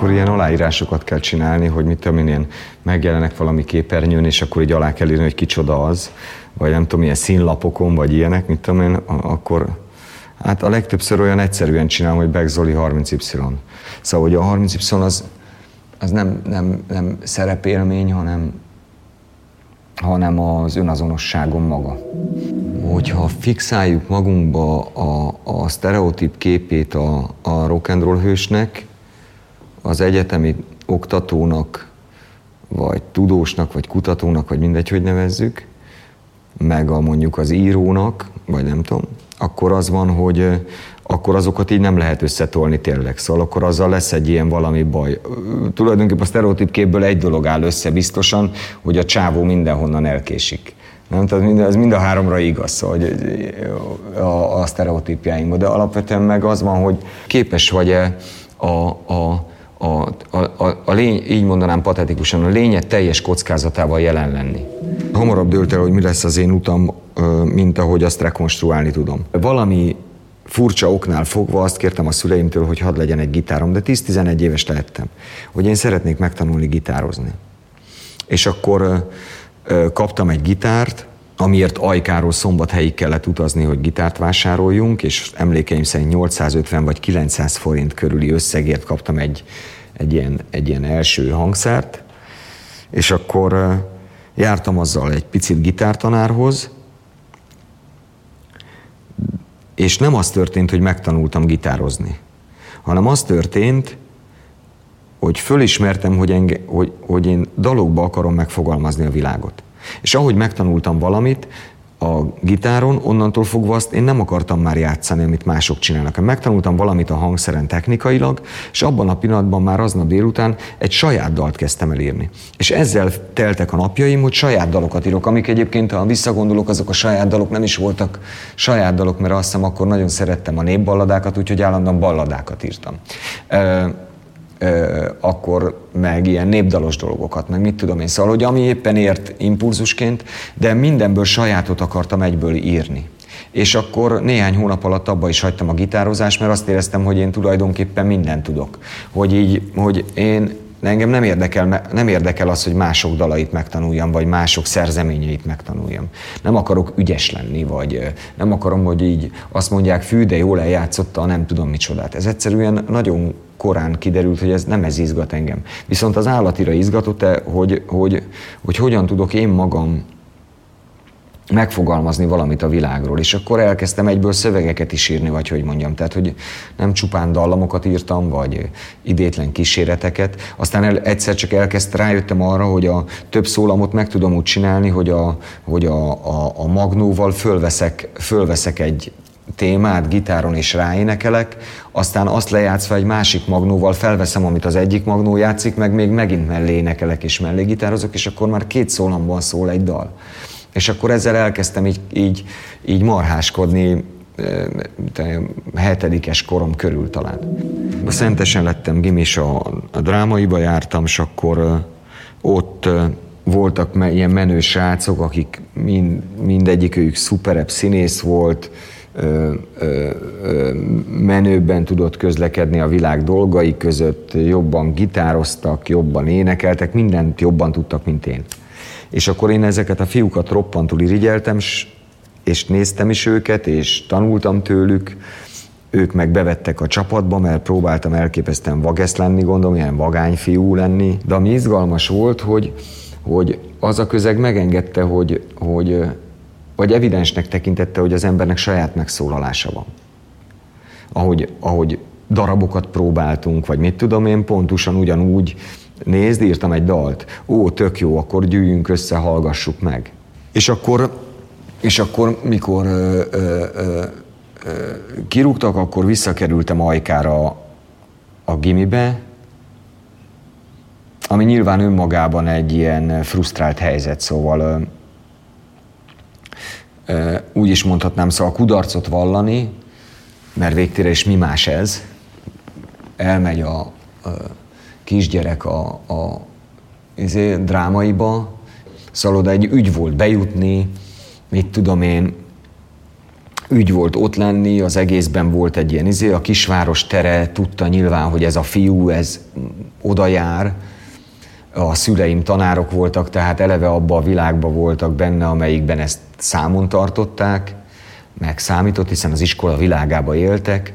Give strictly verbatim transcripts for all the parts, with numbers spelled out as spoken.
akkor ilyen aláírásokat kell csinálni, hogy mit tudom én, ilyen megjelenek valami képernyőn, és akkor így alá kell írni, hogy kicsoda az, vagy nem tudom, ilyen színlapokon, vagy ilyenek, mit tudom én, akkor hát a legtöbbször olyan egyszerűen csinálom, hogy Beck Zoli harminc Y. Szóval, hogy a harminc Y az, az nem, nem, nem szerepélmény, hanem, hanem az önazonosságom maga. Hogyha fixáljuk magunkba a, a sztereotíp képét a, a rock and roll hősnek, az egyetemi oktatónak, vagy tudósnak, vagy kutatónak, vagy mindegy, hogy nevezzük, meg a, mondjuk az írónak, vagy nem tudom, akkor az van, hogy akkor azokat így nem lehet összetolni tényleg. Szóval akkor azzal lesz egy ilyen valami baj. Tulajdonképpen a sztereotíp képből egy dolog áll össze biztosan, hogy a csávó mindenhonnan elkésik. Nem? Tehát mind, ez mind a háromra igaz, szóval, hogy a, a sztereotípjáinkban. De alapvetően meg az van, hogy képes vagy-e a, a, a, a, a, a lény, így mondanám patetikusan, a lényed teljes kockázatával jelen lenni. Hamarabb dőlt el, hogy mi lesz az én utam, mint ahogy azt rekonstruálni tudom. Valami furcsa oknál fogva azt kértem a szüleimtől, hogy hadd legyen egy gitárom, de tíz-tizenegy éves lehettem, hogy én szeretnék megtanulni gitározni. És akkor ö, kaptam egy gitárt, amiért Ajkáról Szombathelyig kellett utazni, hogy gitárt vásároljunk, és emlékeim szerint nyolcszázötven vagy kilencszáz forint körüli összegért kaptam egy, egy, ilyen, egy ilyen első hangszert, és akkor ö, jártam azzal egy picit gitártanárhoz, és nem az történt, hogy megtanultam gitározni, hanem az történt, hogy fölismertem, hogy, enge, hogy, hogy én dalokba akarom megfogalmazni a világot. És ahogy megtanultam valamit a gitáron, onnantól fogva azt én nem akartam már játszani, amit mások csinálnak. Megtanultam valamit a hangszeren technikailag, és abban a pillanatban már aznap délután egy saját dalt kezdtem el írni. És ezzel teltek a napjaim, hogy saját dalokat írok, amik egyébként, ha visszagondolok, azok a saját dalok nem is voltak saját dalok, mert azt hiszem, akkor nagyon szerettem a népballadákat, úgyhogy állandóan balladákat írtam. Ö, akkor meg ilyen népdalos dolgokat, meg mit tudom én, szóval, hogy ami éppen ért impulzusként, de mindenből sajátot akartam egyből írni. És akkor néhány hónap alatt abba is hagytam a gitározást, mert azt éreztem, hogy én tulajdonképpen mindent tudok. Hogy így, hogy én, engem nem érdekel, nem érdekel az, hogy mások dalait megtanuljam, vagy mások szerzeményeit megtanuljam. Nem akarok ügyes lenni, vagy nem akarom, hogy így azt mondják, fű, de jól eljátszotta, nem tudom micsodát. Ez egyszerűen nagyon korán kiderült, hogy ez nem ez izgat engem. Viszont az állatira izgatott, hogy, hogy, hogy hogyan tudok én magam megfogalmazni valamit a világról, és akkor elkezdtem egyből szövegeket is írni, vagy hogy mondjam, tehát hogy nem csupán dallamokat írtam, vagy idétlen kíséreteket, aztán el, egyszer csak elkezd, rájöttem arra, hogy a több szólamot meg tudom úgy csinálni, hogy a, hogy a, a, a magnóval fölveszek, fölveszek egy témát gitáron és ráénekelek, aztán azt lejátszva egy másik magnóval felveszem, amit az egyik magnó játszik, meg még megint mellé énekelek és mellé gitározok, és akkor már két szólamban szól egy dal. És akkor ezzel elkezdtem így, így, így marháskodni hetedikes korom körül talán. Szentesen lettem gimis, a, a drámaiba jártam, és akkor ott voltak ilyen menő srácok, akik mind, mindegyikük szuperebb színész volt, Ö, ö, ö, menőbben tudott közlekedni a világ dolgai között, jobban gitároztak, jobban énekeltek, mindent jobban tudtak, mint én. És akkor én ezeket a fiúkat roppantul irigyeltem, és néztem is őket, és tanultam tőlük, ők meg bevettek a csapatba, mert próbáltam elképesztően vagesz lenni, gondolom, ilyen vagány fiú lenni. De ami izgalmas volt, hogy, hogy az a közeg megengedte, hogy, hogy vagy evidensnek tekintette, hogy az embernek saját megszólalása van. Ahogy, ahogy darabokat próbáltunk, vagy mit tudom én, pontosan ugyanúgy, nézd, írtam egy dalt, ó, tök jó, akkor gyűjjünk össze, hallgassuk meg. És akkor, és akkor mikor ö, ö, ö, ö, kirúgtak, akkor visszakerültem Ajkára a gimibe, ami nyilván önmagában egy ilyen frusztrált helyzet, szóval ö, úgy is mondhatnám, szóval kudarcot vallani, mert végtére is mi más ez. Elmegy a, a kisgyerek a, a izé, drámaiba, szóval oda egy ügy volt bejutni, mit tudom én, ügy volt ott lenni, az egészben volt egy ilyen izé, a kisváros tere tudta nyilván, hogy ez a fiú, ez oda jár. A szüleim tanárok voltak, tehát eleve abba a világba voltak benne, amelyikben ezt számon tartották, meg számított, hiszen az iskola világába éltek.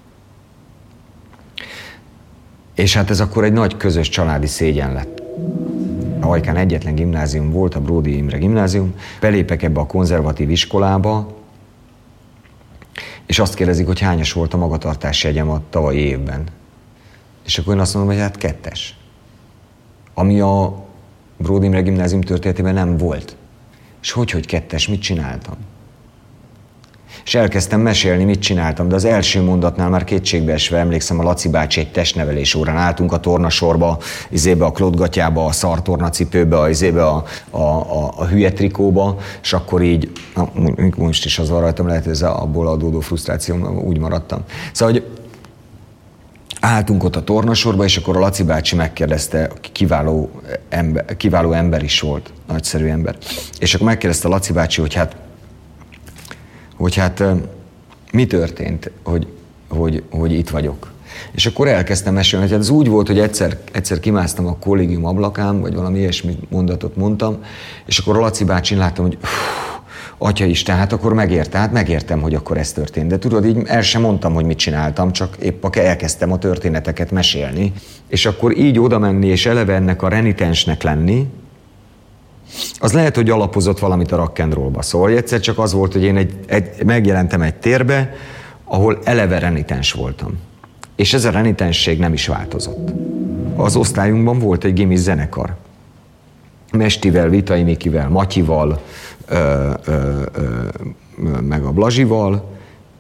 És hát ez akkor egy nagy közös családi szégyen lett. Ajkán egyetlen gimnázium volt, a Bródi Imre gimnázium. Belépek ebbe a konzervatív iskolába, és azt kérdezik, hogy hányas volt a magatartási jegyem a tavalyi évben. És akkor én azt mondom, hogy hát kettes. Ami a Bródi Imre gimnázium történetében nem volt. És hogy, hogy kettes, mit csináltam? És elkezdtem mesélni, mit csináltam, de az első mondatnál már kétségbeesve emlékszem, a Laci bácsi egy testnevelés órán álltunk a tornasorba, izébe a klotgatyába, a szartornacipőbe, a, izébe a, a, a, a hülye trikóba, és akkor így, na, most is az van rajtam, lehet, hogy ez abból adódó frusztrációm, úgy maradtam. Szóval, hogy álltunk ott a tornasorba, és akkor a Laci bácsi megkérdezte, kiváló ember, kiváló ember is volt, nagyszerű ember, és akkor megkérdezte a Laci bácsi, hogy hát hogy hát mi történt, hogy, hogy, hogy itt vagyok. És akkor elkezdtem mesélni, hogy hát ez úgy volt, hogy egyszer, egyszer kimásztam a kollégium ablakán, vagy valami ilyesmi mondatot mondtam, és akkor a Laci bácsin láttam, hogy Atyaisten, hát akkor megérte, hát megértem, hogy akkor ez történt. De tudod, így el sem mondtam, hogy mit csináltam, csak épp elkezdtem a történeteket mesélni. És akkor így oda menni, és eleve ennek a renitensnek lenni, az lehet, hogy alapozott valamit a rock and rollba. Szóval egyszer csak az volt, hogy én egy, egy, megjelentem egy térbe, ahol eleve renitens voltam. És ez a renitensség nem is változott. Az osztályunkban volt egy gimis zenekar. Mestivel, Vitai Mikivel, Matyival, ö, ö, ö, meg a Blazsival,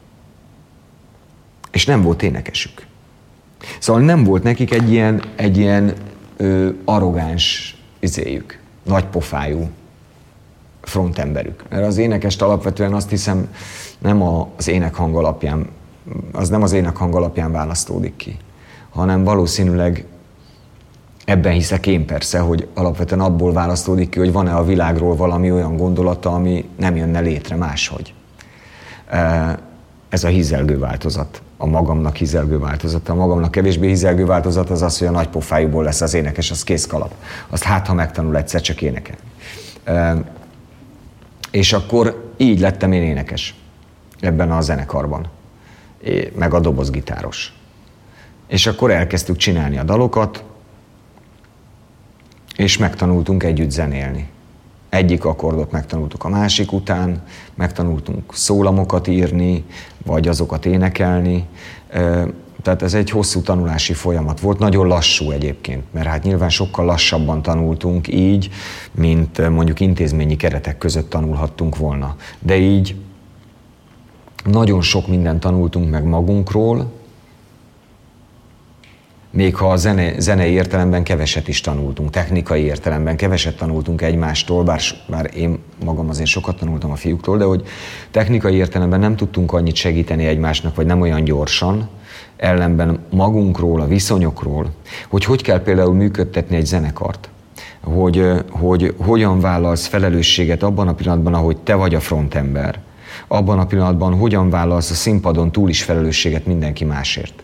és nem volt énekesük. Szóval nem volt nekik egy ilyen, egy ilyen ö, arrogáns izéjük, nagy pofájú frontemberük. Mert az énekest alapvetően azt hiszem nem az énekhang alapján, az nem az énekhang alapján választódik ki, hanem valószínűleg ebben hiszek én persze, hogy alapvetően abból választódik ki, hogy van-e a világról valami olyan gondolata, ami nem jönne létre máshogy. Ez a hízelgő változat, a magamnak hízelgő változata. A magamnak kevésbé hízelgő változat az az, hogy a nagy pofájúból lesz az énekes, az kézkalap. Azt hát, ha megtanul egyszer csak énekelni. És akkor így lettem én énekes ebben a zenekarban, meg a dobozgitáros. És akkor elkezdtük csinálni a dalokat, és megtanultunk együtt zenélni. Egyik akkordot megtanultuk a másik után, megtanultunk szólamokat írni, vagy azokat énekelni. Tehát ez egy hosszú tanulási folyamat volt, nagyon lassú egyébként, mert hát nyilván sokkal lassabban tanultunk így, mint mondjuk intézményi keretek között tanulhattunk volna. De így nagyon sok mindent tanultunk meg magunkról, még ha a zene, zenei értelemben keveset is tanultunk, technikai értelemben keveset tanultunk egymástól, bár, bár én magam azért sokat tanultam a fiúktól, de hogy technikai értelemben nem tudtunk annyit segíteni egymásnak, vagy nem olyan gyorsan, ellenben magunkról, a viszonyokról, hogy hogy kell például működtetni egy zenekart, hogy, hogy hogyan vállalsz felelősséget abban a pillanatban, ahogy te vagy a frontember, abban a pillanatban hogyan vállalsz a színpadon túl is felelősséget mindenki másért.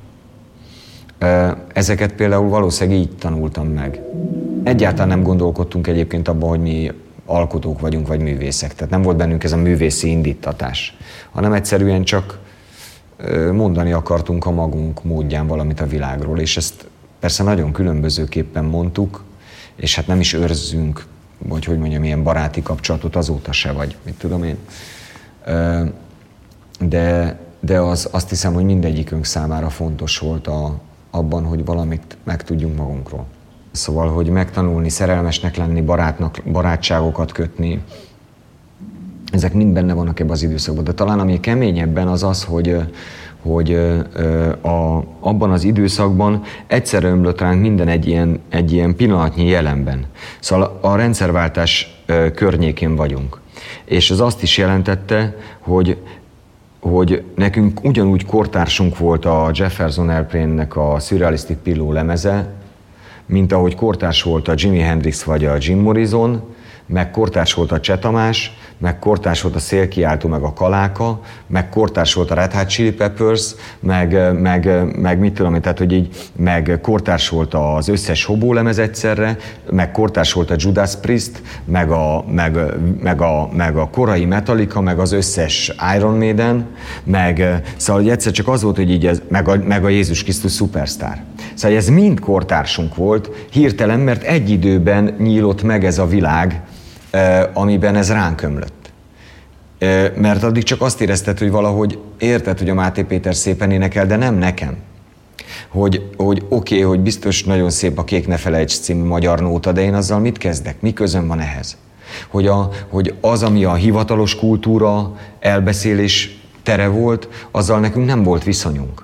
Ezeket például valószínűleg így tanultam meg. Egyáltalán nem gondolkodtunk egyébként abban, hogy mi alkotók vagyunk, vagy művészek. Tehát nem volt bennünk ez a művészi indítatás, hanem egyszerűen csak mondani akartunk a magunk módján valamit a világról, és ezt persze nagyon különbözőképpen mondtuk, és hát nem is őrzünk, vagy hogy mondjam, ilyen baráti kapcsolatot azóta se, vagy mit tudom én. De, de az, azt hiszem, hogy mindegyikünk számára fontos volt a, abban, hogy valamit megtudjunk magunkról. Szóval, hogy megtanulni, szerelmesnek lenni, barátnak, barátságokat kötni, ezek mind benne vannak ebben az időszakban. De talán ami keményebben az az, hogy, hogy a, abban az időszakban egyszerre ömlött ránk minden egy ilyen, egy ilyen pillanatnyi jelenben. Szóval a rendszerváltás környékén vagyunk. És ez azt is jelentette, hogy hogy nekünk ugyanúgy kortársunk volt a Jefferson Airplane-nek a Surrealistic Pillow lemeze, mint ahogy kortárs volt a Jimi Hendrix vagy a Jim Morrison, meg kortárs volt a Cseh Tamás, meg kortárs volt a Szélkiáltó, meg a Kaláka, meg kortárs volt a Red Hot Chili Peppers, meg, meg, meg mit tudom én, tehát hogy így, meg kortárs volt az összes Hobó lemez egyszerre, meg kortárs volt a Judas Priest, meg a, meg, meg a, meg a korai Metallica, meg az összes Iron Maiden, meg szóval hogy egyszer csak az volt, hogy így ez, meg, a, meg a Jézus Krisztus Superstar. Szóval ez mind kortársunk volt, hirtelen, mert egy időben nyílott meg ez a világ, amiben ez ránk ömlött. Mert addig csak azt érezted, hogy valahogy érted, hogy a Máté Péter szépen énekel, de nem nekem. Hogy, hogy oké, okay, hogy biztos nagyon szép a Kék ne felejts című magyar nóta, de én azzal mit kezdek? Mi közöm van ehhez? Hogy, a, hogy az, ami a hivatalos kultúra, elbeszélés tere volt, azzal nekünk nem volt viszonyunk.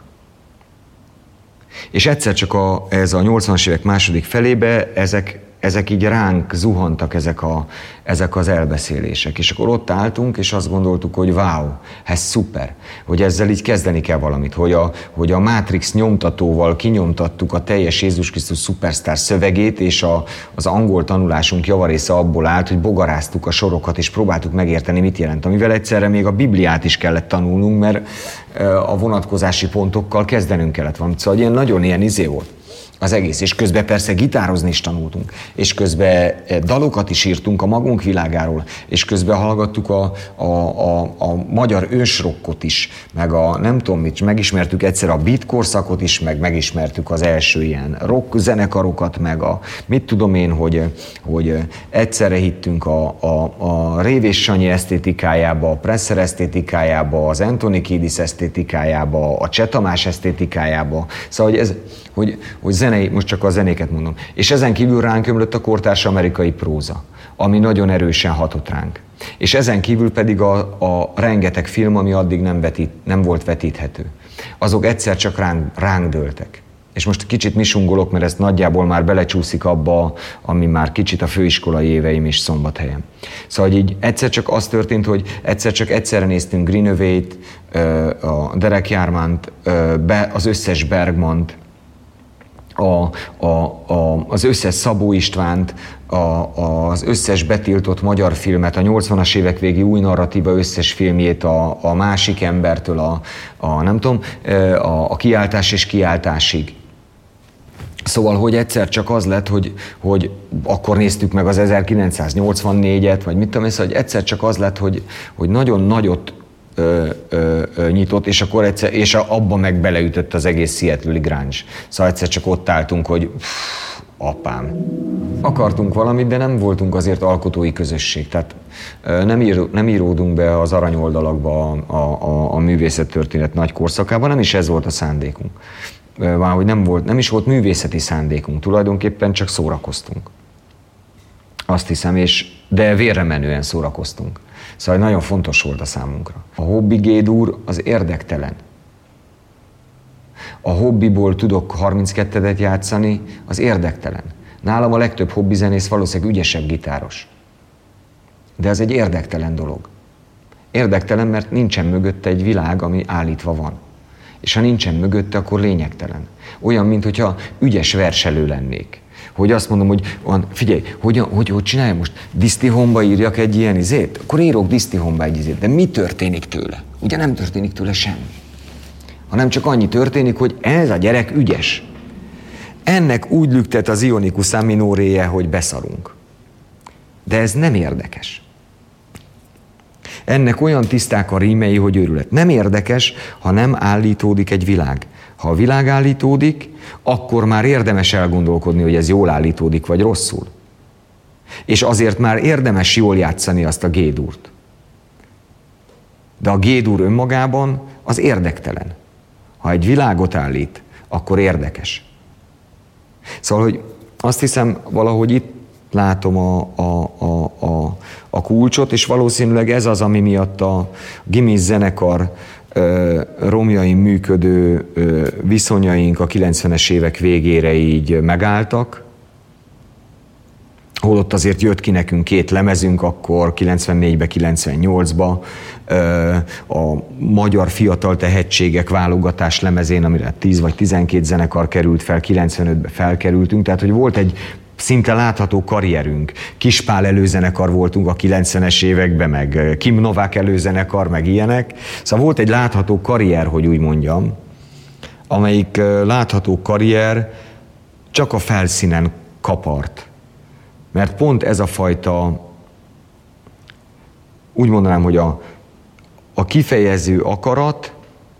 És egyszer csak a, ez a nyolcvanas évek második felébe ezek, ezek így ránk zuhantak, ezek, a, ezek az elbeszélések. És akkor ott álltunk, és azt gondoltuk, hogy wow, ez szuper, hogy ezzel így kezdeni kell valamit, hogy a, hogy a Matrix nyomtatóval kinyomtattuk a teljes Jézus Krisztus Superstar szövegét, és a, az angol tanulásunk javarésze abból állt, hogy bogaráztuk a sorokat, és próbáltuk megérteni, mit jelent. Amivel egyszerre még a Bibliát is kellett tanulnunk, mert a vonatkozási pontokkal kezdenünk kellett valamit. Szóval ilyen nagyon ilyen izé volt az egész. És közben persze gitározni is tanultunk, és közben dalokat is írtunk a magunk világáról, és közben hallgattuk a, a, a, a magyar ősrockot is, meg a nem tudom mit, megismertük egyszer a beat korszakot is, meg megismertük az első ilyen rock zenekarokat, meg a mit tudom én, hogy, hogy egyszerre hittünk a, a, a Révés Sanyi esztétikájába, a Presser esztétikájába, az Anthony Kiedis esztétikájába, a Cseh Tamás esztétikájába. Szóval, hogy ez, hogy, hogy zenei, most csak a zenéket mondom. És ezen kívül ránk ömlött a kortárs amerikai próza, ami nagyon erősen hatott ránk. És ezen kívül pedig a, a rengeteg film, ami addig nem, vetít, nem volt vetíthető. Azok egyszer csak ránk, ránk dőltek. És most kicsit misungolok, mert ez nagyjából már belecsúszik abba, ami már kicsit a főiskolai éveim és Szombathelyen. Szóval így egyszer csak az történt, hogy egyszer csak egyszerre néztünk Greenaway-t, a Derek Jarmant, az összes Bergmant, A, a, a, az összes Szabó Istvánt, a, az összes betiltott magyar filmet, a nyolcvanas évek végi új narratíva összes filmjét, a, a Másik embertől a, a nem tudom, a, a Kiáltás és kiáltásig. Szóval, hogy egyszer csak az lett, hogy, hogy akkor néztük meg az ezerkilencszáznyolcvannégyet, vagy mit tudom én, szóval, hogy egyszer csak az lett, hogy, hogy nagyon nagyot Ö, ö, ö, nyitott, és akkor egyszer, és abban meg beleütött az egész Seattle-i grunge. Szóval egyszer csak ott álltunk, hogy pff, apám. Akartunk valamit, de nem voltunk azért alkotói közösség. Tehát ö, nem, ír, nem íródunk be az aranyoldalakba a, a, a, a művészettörténet nagy korszakában, nem is ez volt a szándékunk. Már hogy nem, volt, nem is volt művészeti szándékunk, tulajdonképpen csak szórakoztunk. Azt hiszem, és, de vérre menően szórakoztunk. Szóval nagyon fontos volt a számunkra. A hobbi G-dur az érdektelen. A hobbiból tudok harminckettőt játszani, az érdektelen. Nálam a legtöbb hobbizenész valószínűleg ügyesebb gitáros. De ez egy érdektelen dolog. Érdektelen, mert nincsen mögötte egy világ, ami állítva van. És ha nincsen mögötte, akkor lényegtelen. Olyan, mintha ügyes verselő lennék. Hogy azt mondom, hogy van, figyelj, hogy, hogy, hogy csináljam most? Disztihomba írjak egy ilyen izét? Akkor írok disztihomba egy izét. De mi történik tőle? Ugye nem történik tőle semmi. Hanem csak annyi történik, hogy ez a gyerek ügyes. Ennek úgy lüktet az Ionicus A minoréje, hogy beszarunk. De ez nem érdekes. Ennek olyan tiszták a rímei, hogy őrület. Nem érdekes, ha nem állítódik egy világ. Ha a világ állítódik, akkor már érdemes elgondolkodni, hogy ez jól állítódik, vagy rosszul. És azért már érdemes jól játszani azt a G-durt. De a G-dur önmagában az érdektelen. Ha egy világot állít, akkor érdekes. Szóval, hogy azt hiszem, valahogy itt látom a, a, a, a, a kulcsot, és valószínűleg ez az, ami miatt a Gimis zenekar romjain működő viszonyaink a kilencvenes évek végére így megálltak. Holott azért jött ki nekünk két lemezünk akkor, kilencvennégybe, kilencvennyolcba, a magyar fiatal tehetségek válogatás lemezén, amire tíz vagy tizenkét zenekar került fel, kilencvenötbe felkerültünk, tehát hogy volt egy szinte látható karrierünk. Kispál előzenekar voltunk a kilencvenes években, meg Kim Novák előzenekar, meg ilyenek. Szóval volt egy látható karrier, hogy úgy mondjam, amelyik látható karrier csak a felszínen kapart. Mert pont ez a fajta, úgy mondanám, hogy a, a kifejező akarat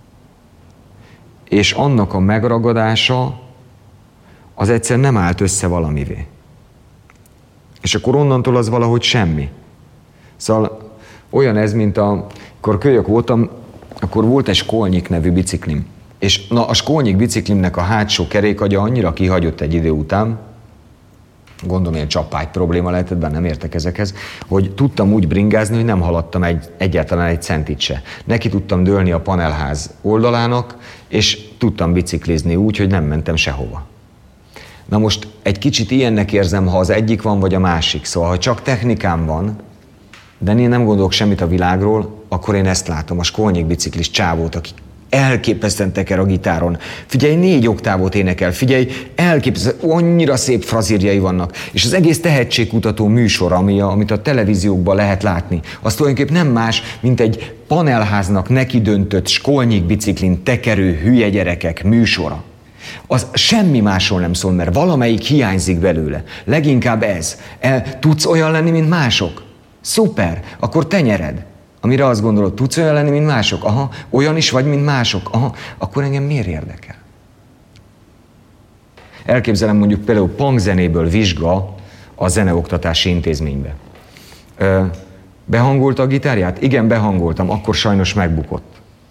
és annak a megragadása az egyszer nem állt össze valamivé. És akkor onnantól az valahogy semmi. Szóval olyan ez, mint a, amikor kölyök voltam, akkor volt egy Skolnyik nevű biciklim. És na, a Skolnyik biciklimnek a hátsó kerékagya annyira kihagyott egy idő után, gondolom ilyen csapágy probléma lehetett, bár nem értek ezekhez, hogy tudtam úgy bringázni, hogy nem haladtam egy, egyáltalán egy centit se. Neki tudtam dőlni a panelház oldalának, és tudtam biciklizni úgy, hogy nem mentem sehova. Na most egy kicsit ilyennek érzem, ha az egyik van, vagy a másik. Szóval, ha csak technikám van, de én nem gondolok semmit a világról, akkor én ezt látom, a Skolnyik biciklis csávót, aki elképesztően teker a gitáron. Figyelj, négy oktávot énekel, figyelj, elképesztően, annyira szép frazírjai vannak. És az egész tehetségkutató műsor, ami a, amit a televíziókban lehet látni, az tulajdonképpen nem más, mint egy panelháznak neki döntött Skolnyik biciklin tekerő hülye gyerekek műsora. Az semmi másról nem szól, mert valamelyik hiányzik belőle. Leginkább ez. El, tudsz olyan lenni, mint mások? Szuper, akkor te nyered. Amire azt gondolod, tudsz olyan lenni, mint mások? Aha, olyan is vagy, mint mások? Aha, akkor engem miért érdekel? Elképzelem mondjuk például punkzenéből vizsga a zeneoktatási intézménybe. Ö, behangolta a gitárját? Igen, behangoltam, akkor sajnos megbukott.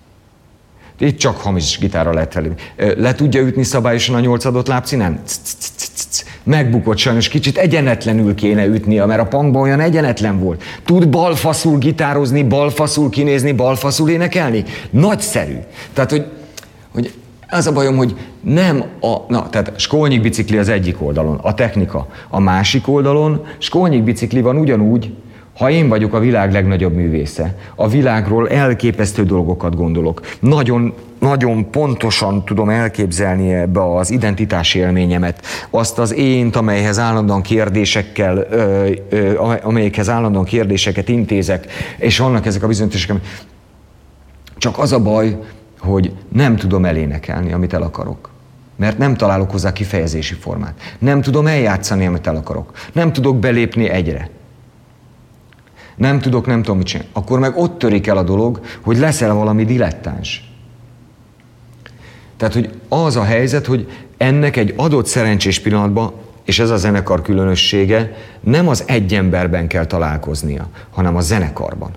Itt csak hamis gitárra lehet felépni. Le tudja ütni szabályosan a nyolcadott lábszínen? Megbukott sajnos, kicsit egyenetlenül kéne ütnie, mert a punkban olyan egyenetlen volt. Tud balfaszul gitározni, balfaszul kinézni, balfaszul énekelni? Nagyszerű. Tehát, hogy, hogy az a bajom, hogy nem a... Na, tehát Skolnyik bicikli az egyik oldalon, a technika. A másik oldalon Skolnyik bicikli van ugyanúgy, ha én vagyok a világ legnagyobb művésze, a világról elképesztő dolgokat gondolok, nagyon, nagyon pontosan tudom elképzelni ebbe az identitási élményemet, azt az ént, amelyhez állandóan kérdésekkel, ö, ö, amelyekhez állandóan kérdéseket intézek, és vannak ezek a bizonyítások. Csak az a baj, hogy nem tudom elénekelni, amit el akarok. Mert nem találok hozzá kifejezési formát. Nem tudom eljátszani, amit el akarok. Nem tudok belépni egyre. Nem tudok, nem tudom mit csinálni. Akkor meg ott törik el a dolog, hogy leszel valami dilettáns. Tehát, hogy az a helyzet, hogy ennek egy adott szerencsés pillanatban, és ez a zenekar különössége, nem az egy emberben kell találkoznia, hanem a zenekarban.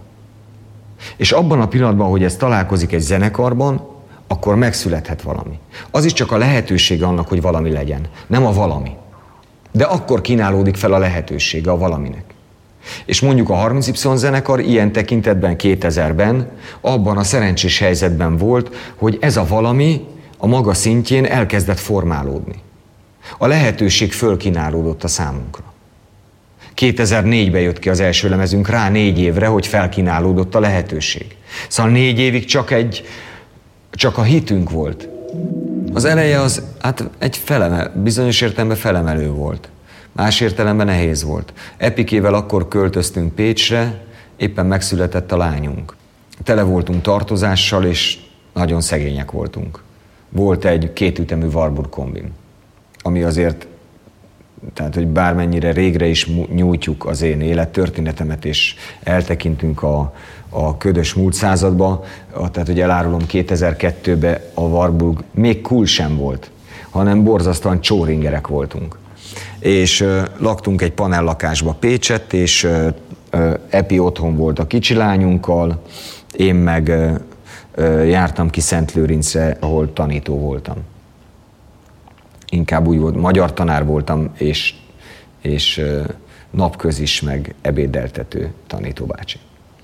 És abban a pillanatban, hogy ez találkozik egy zenekarban, akkor megszülethet valami. Az is csak a lehetősége annak, hogy valami legyen, nem a valami. De akkor kínálódik fel a lehetősége a valaminek. És mondjuk a harminc Y zenekar ilyen tekintetben kétezerben abban a szerencsés helyzetben volt, hogy ez a valami a maga szintjén elkezdett formálódni. A lehetőség fölkínálódott a számunkra. kétezer-négyben jött ki az első lemezünk rá négy évre, hogy felkínálódott a lehetőség. Szóval négy évig csak egy, csak a hitünk volt. Az eleje az hát egy felemel, bizonyos értelemben felemelő volt. Más értelemben nehéz volt. Epikével akkor költöztünk Pécsre, éppen megszületett a lányunk. Tele voltunk tartozással, és nagyon szegények voltunk. Volt egy kétütemű Warburg kombim, ami azért, tehát hogy bármennyire régre is nyújtjuk az én élettörténetemet, és eltekintünk a, a ködös múlt századba, tehát hogy elárulom, kétezer-kettőben a Warburg még cool sem volt, hanem borzasztóan csóringerek voltunk. És uh, laktunk egy panellakásba Pécsett, és uh, uh, Epi otthon volt a kicsi lányunkkal, én meg uh, uh, jártam ki Szentlőrincre, ahol tanító voltam. Inkább úgy volt, magyar tanár voltam, és, és uh, napköz is, meg ebédeltető tanítóbácsi.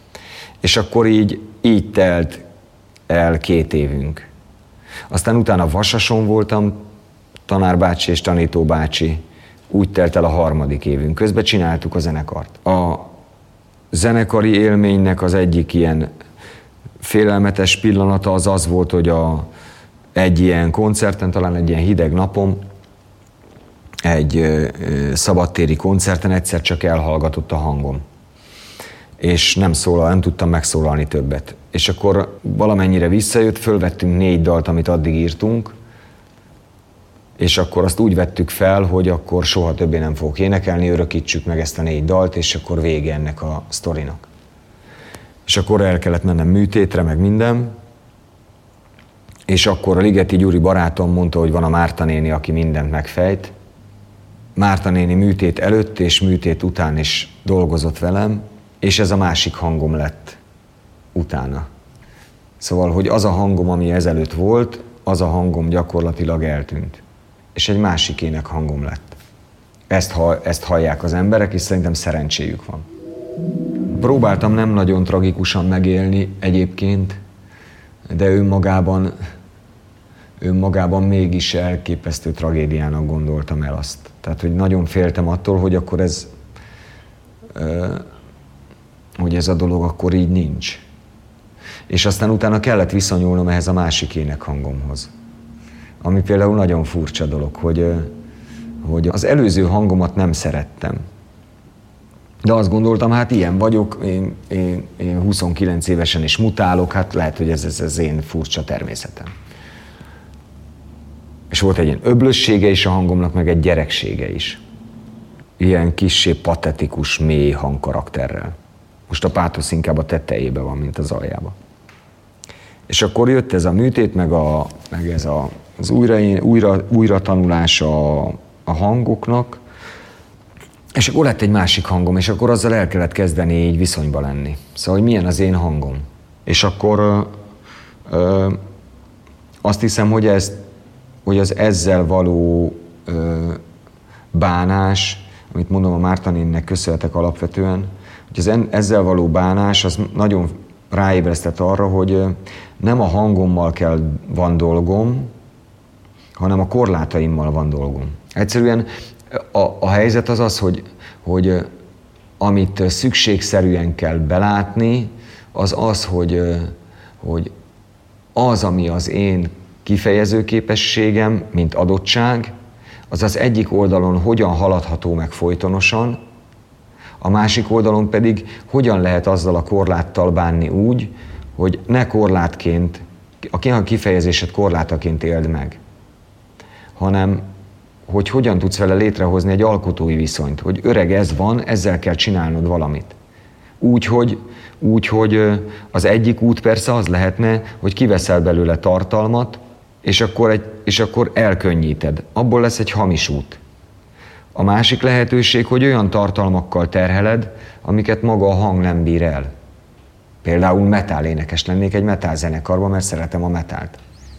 És akkor így, így telt el két évünk. Aztán utána Vasason voltam, tanárbácsi és tanítóbácsi, úgy telt el a harmadik évünk. Közben csináltuk a zenekart. A zenekari élménynek az egyik ilyen félelmetes pillanata az az volt, hogy a, egy ilyen koncerten, talán egy ilyen hideg napon egy szabadtéri koncerten egyszer csak elhallgatott a hangom. És nem szólal, nem tudtam megszólalni többet. És akkor valamennyire visszajött, fölvettünk négy dalt, amit addig írtunk, és akkor azt úgy vettük fel, hogy akkor soha többé nem fogok énekelni, örökítsük meg ezt a négy dalt, és akkor vége ennek a sztorinak. És akkor el kellett mennem műtétre, meg minden, és akkor a Ligeti Gyuri barátom mondta, hogy van a Márta néni, aki mindent megfejt. Márta néni műtét előtt és műtét után is dolgozott velem, és ez a másik hangom lett utána. Szóval, hogy az a hangom, ami ezelőtt volt, az a hangom gyakorlatilag eltűnt. És egy másikének hangom lett. Ezt, ezt hallják az emberek, és szerintem szerencséjük van. Próbáltam nem nagyon tragikusan megélni egyébként, de önmagában, önmagában mégis elképesztő tragédiának gondoltam el azt. Tehát, hogy nagyon féltem attól, hogy akkor ez, hogy ez a dolog akkor így nincs. És aztán utána kellett viszonyulnom ehhez a másik énekhangomhoz. Ami például nagyon furcsa dolog, hogy, hogy az előző hangomat nem szerettem. De azt gondoltam, hát ilyen vagyok, én, én, én huszonkilenc évesen is mutálok, hát lehet, hogy ez, ez az én furcsa természetem. És volt egy ilyen öblössége is a hangomnak, meg egy gyereksége is. Ilyen kissé patetikus, mély hangkarakterrel. Most a pátosz inkább a tetejében van, mint az aljában. És akkor jött ez a műtét, meg, a, meg ez a, az újra, újra, újra tanulás a, a hangoknak, és akkor lett egy másik hangom, és akkor azzal el kellett kezdeni így viszonyba lenni. Szóval, hogy milyen az én hangom. És akkor ö, ö, azt hiszem, hogy, ez, hogy az ezzel való ö, bánás, amit mondom, a Márta néninek köszönhetek alapvetően, hogy az ezzel való bánás az nagyon ráébresztett arra, hogy nem a hangommal kell van dolgom, hanem a korlátaimmal van dolgom. Egyszerűen a, a helyzet az az, hogy, hogy amit szükségszerűen kell belátni, az az, hogy, hogy az, ami az én kifejező képességem, mint adottság, az az egyik oldalon hogyan haladható meg folytonosan, a másik oldalon pedig hogyan lehet azzal a korláttal bánni úgy, hogy ne korlátként, a kifejezésed korlátaként éld meg, hanem hogy hogyan tudsz vele létrehozni egy alkotói viszonyt, hogy öreg, ez van, ezzel kell csinálnod valamit. Úgy, hogy, úgy, hogy az egyik út persze az lehetne, hogy kiveszel belőle tartalmat, és akkor, egy, és akkor elkönnyíted. Abból lesz egy hamis út. A másik lehetőség, hogy olyan tartalmakkal terheled, amiket maga a hang nem bír el. Például metál énekes lennék egy metál zenekarban, mert szeretem a metált.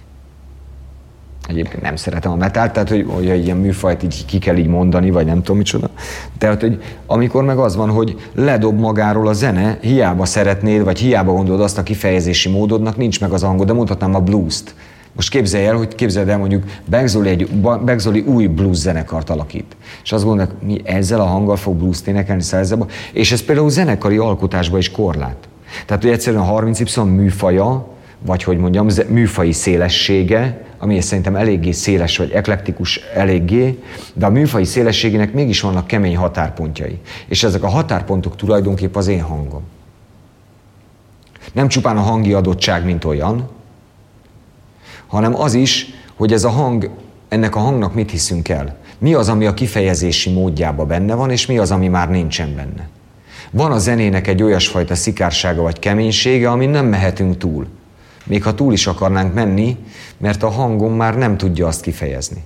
Egyébként nem szeretem a metált, tehát hogy, hogy egy ilyen műfajt így ki kell így mondani, vagy nem tudom micsoda. Tehát, hogy amikor meg az van, hogy ledob magáról a zene, hiába szeretnéd, vagy hiába gondolod azt a kifejezési módodnak, nincs meg az hangod, de mondhatnám a blues-t. Most képzelj el, hogy képzeld el, mondjuk Beck Zoli, egy, Beck Zoli új blues zenekart alakít. És azt gondolják, mi ezzel a hanggal fog blues-t énekelni, szóval és ez például zenekari alkotásban is korlát. Tehát, hogy egyszerűen a harminc Y műfaja, vagy hogy mondjam, műfaji szélessége, ami szerintem eléggé széles, vagy eklektikus eléggé, de a műfaji szélességének mégis vannak kemény határpontjai. És ezek a határpontok tulajdonképp az én hangom. Nem csupán a hangi adottság, mint olyan, hanem az is, hogy ez a hang, ennek a hangnak mit hiszünk el. Mi az, ami a kifejezési módjában benne van, és mi az, ami már nincsen benne. Van a zenének egy olyasfajta szikársága vagy keménysége, amin nem mehetünk túl. Még ha túl is akarnánk menni, mert a hangom már nem tudja azt kifejezni.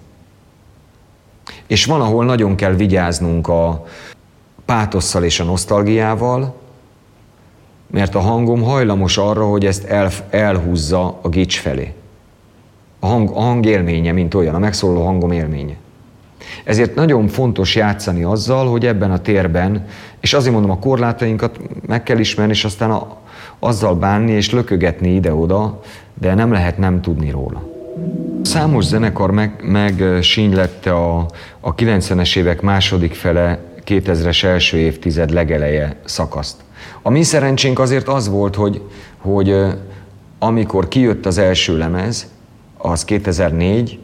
És van, ahol nagyon kell vigyáznunk a pátosszal és a nosztalgiával, mert a hangom hajlamos arra, hogy ezt el, elhúzza a gics felé. A hang, a hang élménye, mint olyan, a megszólaló hangom élménye. Ezért nagyon fontos játszani azzal, hogy ebben a térben, és azért mondom, a korlátainkat meg kell ismerni, és aztán a, azzal bánni és lökögetni ide-oda, de nem lehet nem tudni róla. Számos zenekar meg, meg sínylette a, a kilencvenes évek második fele, kétezres első évtized legeleje szakaszt. A mi szerencsénk azért az volt, hogy, hogy amikor kijött az első lemez, az kétezer-négy,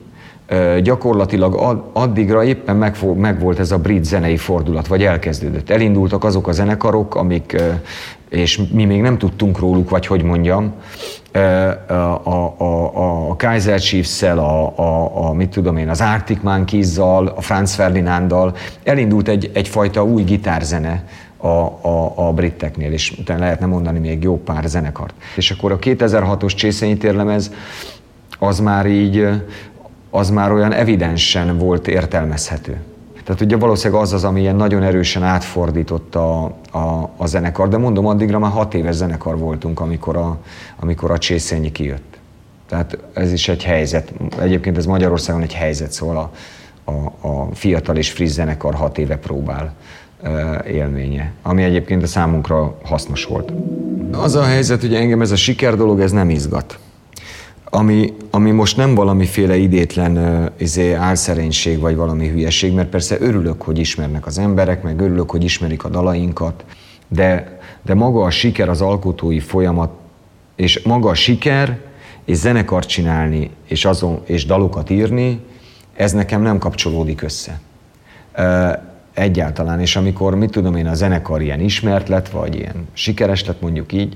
Gyakorlatilag addigra éppen meg, meg volt ez a brit zenei fordulat, vagy elkezdődött. Elindultak azok a zenekarok, amik, és mi még nem tudtunk róluk, vagy hogy mondjam, a, a, a, a Kaiser Chiefs-szel, a, a, a, mit tudom én, az Arctic Monkeys-zal, a Franz Ferdinanddal elindult egy, egyfajta új gitárzene a, a, a briteknél, és utána lehetne mondani még jó pár zenekart. És akkor a kétezer-hatos Csészényi térlemez az már így, az már olyan evidensen volt értelmezhető. Tehát ugye valószínűleg az az, ami ilyen nagyon erősen átfordította a, a, a zenekar, de mondom, addigra már hat éves zenekar voltunk, amikor a, amikor a Csészényi kijött. Tehát ez is egy helyzet. Egyébként ez Magyarországon egy helyzet, szóval a, a, a fiatal és friss zenekar hat éve próbál élménye, ami egyébként a számunkra hasznos volt. Az a helyzet, hogy engem ez a siker dolog, ez nem izgat. Ami, ami most nem valamiféle idétlen uh, izé, álszerénység vagy valami hülyeség, mert persze örülök, hogy ismernek az emberek, meg örülök, hogy ismerik a dalainkat, de, de maga a siker, az alkotói folyamat, és maga a siker, és zenekart csinálni, és, azon, és dalokat írni, ez nekem nem kapcsolódik össze. Uh, egyáltalán, és amikor, mit tudom én, a zenekar ilyen ismert lett, vagy ilyen sikeres lett, mondjuk így,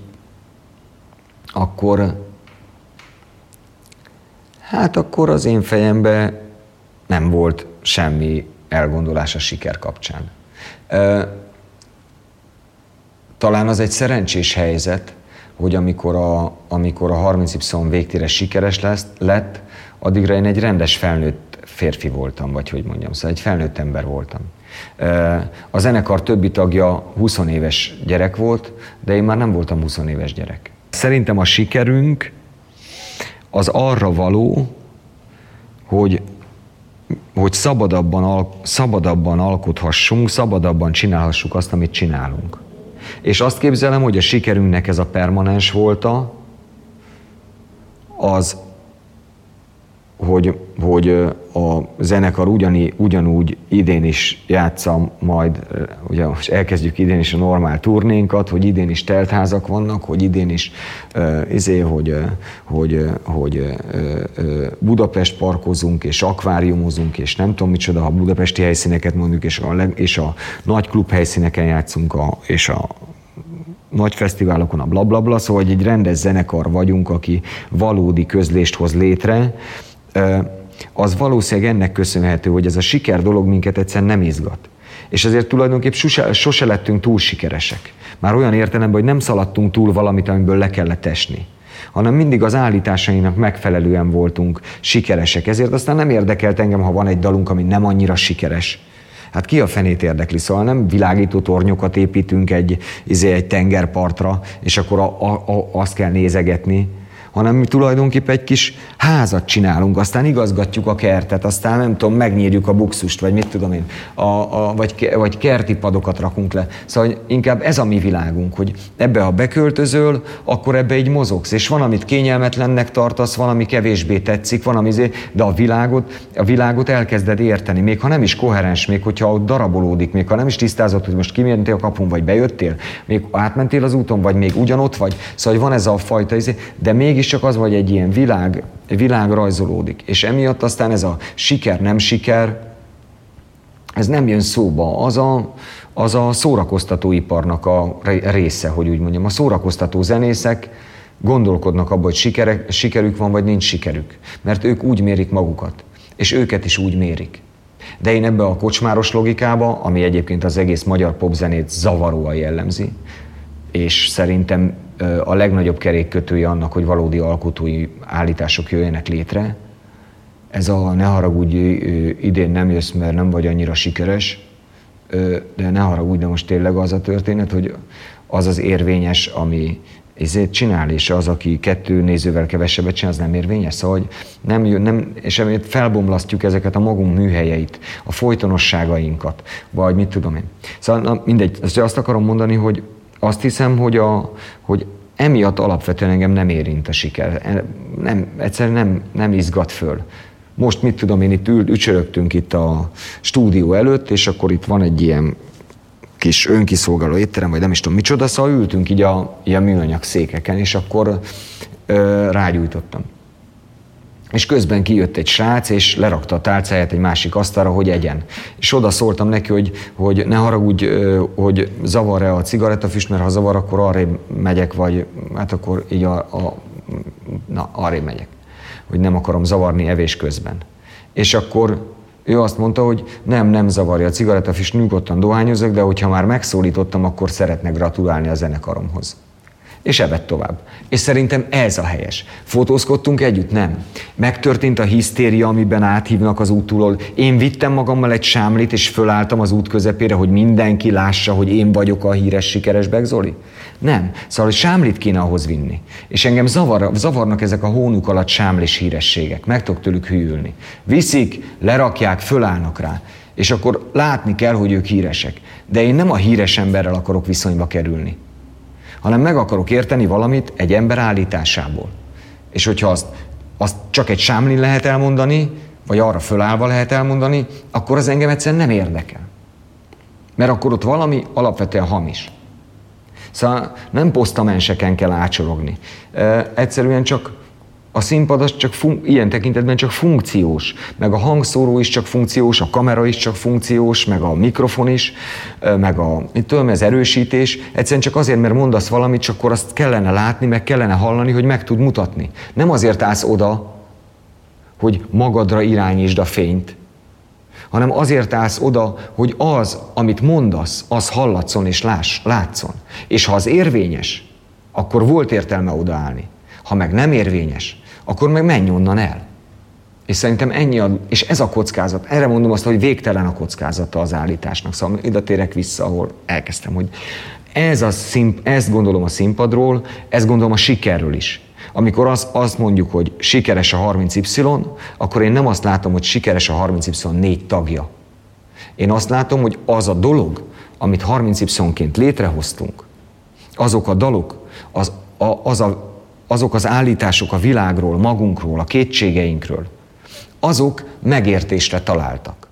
akkor hát akkor az én fejemben nem volt semmi elgondolás a siker kapcsán. Talán az egy szerencsés helyzet, hogy amikor a, amikor a harminc Y végtére sikeres lesz, lett, addigra én egy rendes felnőtt férfi voltam, vagy hogy mondjam, szóval egy felnőtt ember voltam. A zenekar többi tagja húsz éves gyerek volt, de én már nem voltam húsz éves gyerek. Szerintem a sikerünk az arra való, hogy, hogy szabadabban, al, szabadabban alkothassunk, szabadabban csinálhassuk azt, amit csinálunk. És azt képzelem, hogy a sikerünknek ez a permanens volta, az, hogy, hogy a zenekar ugyani, ugyanúgy idén is játsza majd, ugye most elkezdjük idén is a normál turnénkat, hogy idén is teltházak vannak, hogy idén is uh, izé, hogy, uh, hogy, uh, hogy uh, uh, Budapest parkozunk, és akváriumozunk, és nem tudom micsoda, ha budapesti helyszíneket mondjuk, és a, leg, és a nagy klub helyszíneken játszunk, a, és a nagy fesztiválokon a blablabla, bla, bla, szóval egy rendes zenekar vagyunk, aki valódi közlést hoz létre, az valószínűleg ennek köszönhető, hogy ez a siker dolog minket egyszerűen nem izgat. És ezért tulajdonképp sose, sose lettünk túl sikeresek. Már olyan értelemben, hogy nem szaladtunk túl valamit, amiből le kellett esni, hanem mindig az állításainak megfelelően voltunk sikeresek. Ezért aztán nem érdekelt engem, ha van egy dalunk, ami nem annyira sikeres. Hát ki a fenét érdekli? Szóval nem világító tornyokat építünk egy, izé, egy tengerpartra, és akkor a, a, a, azt kell nézegetni, hanem mi tulajdonképpen egy kis házat csinálunk, aztán igazgatjuk a kertet, aztán nem tudom, megnyírjuk a buxust, vagy mit tudom én, a, a, vagy, vagy kerti padokat rakunk le. Szóval inkább ez a mi világunk, hogy ebbe ha beköltözöl, akkor ebbe így mozogsz, és van, amit kényelmetlennek tartasz, van, ami kevésbé tetszik, van, ami zé, de a világot, a világot elkezded érteni, még ha nem is koherens, még hogyha ott darabolódik, még ha nem is tisztázott, hogy most kimentél a kapun, vagy bejöttél, még átmentél az úton, vagy még ugyanott vagy, szóval van ez a fajta, de mégis csak az, vagy egy ilyen világ, világ rajzolódik. És emiatt aztán ez a siker, nem siker, ez nem jön szóba. Az a, az a szórakoztatóiparnak a része, hogy úgy mondjam. A szórakoztató zenészek gondolkodnak abban, hogy sikere, sikerük van, vagy nincs sikerük. Mert ők úgy mérik magukat. És őket is úgy mérik. De én ebbe a kocsmáros logikába, ami egyébként az egész magyar popzenét zavaróan jellemzi, és szerintem a legnagyobb kerékkötője annak, hogy valódi alkotói állítások jöjjenek létre. Ez a ne haragudj, idén nem jössz, mert nem vagy annyira sikeres, de ne haragudj, de most tényleg az a történet, hogy az az érvényes, ami ezért csinál, és az, aki kettő nézővel kevesebbet csinál, az nem érvényes. Szóval hogy nem, nem, és emiatt felbomlasztjuk ezeket a magunk műhelyeit, a folytonosságainkat, vagy mit tudom én. Szóval na, mindegy, azt akarom mondani, hogy azt hiszem, hogy, a, hogy emiatt alapvetően engem nem érint a siker. Nem, egyszerűen nem, nem izgat föl. Most mit tudom én, itt ül, ücsörögtünk itt a stúdió előtt, és akkor itt van egy ilyen kis önkiszolgáló étterem, vagy nem is tudom micsoda, szóval ültünk így a, így a műanyag székeken, és akkor ö, rágyújtottam. és közben kijött egy srác, és lerakta a tálcáját egy másik asztalra, hogy egyen. És oda szóltam neki, hogy, hogy ne haragudj, hogy zavar-e a cigarettafüst, mert ha zavar, akkor arrébb megyek, vagy hát akkor így a, a na, arrébb megyek. Hogy nem akarom zavarni evés közben. És akkor ő azt mondta, hogy nem, nem zavarja a cigarettafüst, nyugodtan dohányozok, de hogyha már megszólítottam, akkor szeretne gratulálni a zenekaromhoz. És evett tovább. És szerintem ez a helyes. Fotózkodtunk együtt? Nem. Megtörtént a hisztéria, amiben áthívnak az úttúlól. Én vittem magammal egy sámlit, és fölálltam az út közepére, hogy mindenki lássa, hogy én vagyok a híres, sikeres Beck Zoli? Nem. Szóval, hogy sámlit kéne ahhoz vinni. És engem zavar, zavarnak ezek a hónuk alatt sámlis hírességek. Meg tudok tőlük hűlni. Viszik, lerakják, fölállnak rá. És akkor látni kell, hogy ők híresek. De én nem a híres emberrel akarok viszonyba kerülni, hanem meg akarok érteni valamit egy ember állításából. És hogyha azt, azt csak egy sámlin lehet elmondani, vagy arra fölállva lehet elmondani, akkor az engem egyszerűen nem érdekel. Mert akkor ott valami alapvetően hamis. Szóval nem posztamenseken kell ácsorogni. E, egyszerűen csak a színpad az csak fun- ilyen tekintetben csak funkciós, meg a hangszóró is csak funkciós, a kamera is csak funkciós, meg a mikrofon is, meg a, mit tudom, az erősítés. Egyszerűen csak azért, mert mondasz valamit, csak akkor azt kellene látni, meg kellene hallani, hogy meg tud mutatni. Nem azért állsz oda, hogy magadra irányítsd a fényt, hanem azért állsz oda, hogy az, amit mondasz, az hallatszon és láss, látszon. És ha az érvényes, akkor volt értelme odaállni. Ha meg nem érvényes, akkor meg menj onnan el. És szerintem ennyi, a, és ez a kockázat. Erre mondom azt, hogy végtelen a kockázata az állításnak. Szóval ide térek vissza, ahol elkezdtem, hogy ez a színp, ezt gondolom a színpadról, ezt gondolom a sikerről is. Amikor az, azt mondjuk, hogy sikeres a harminc Y, akkor én nem azt látom, hogy sikeres a harminc Y négy tagja. Én azt látom, hogy az a dolog, amit harminc Y-ként létrehoztunk, azok a dalok, az, a, az a azok az állítások a világról, magunkról, a kétségeinkről, azok megértésre találtak.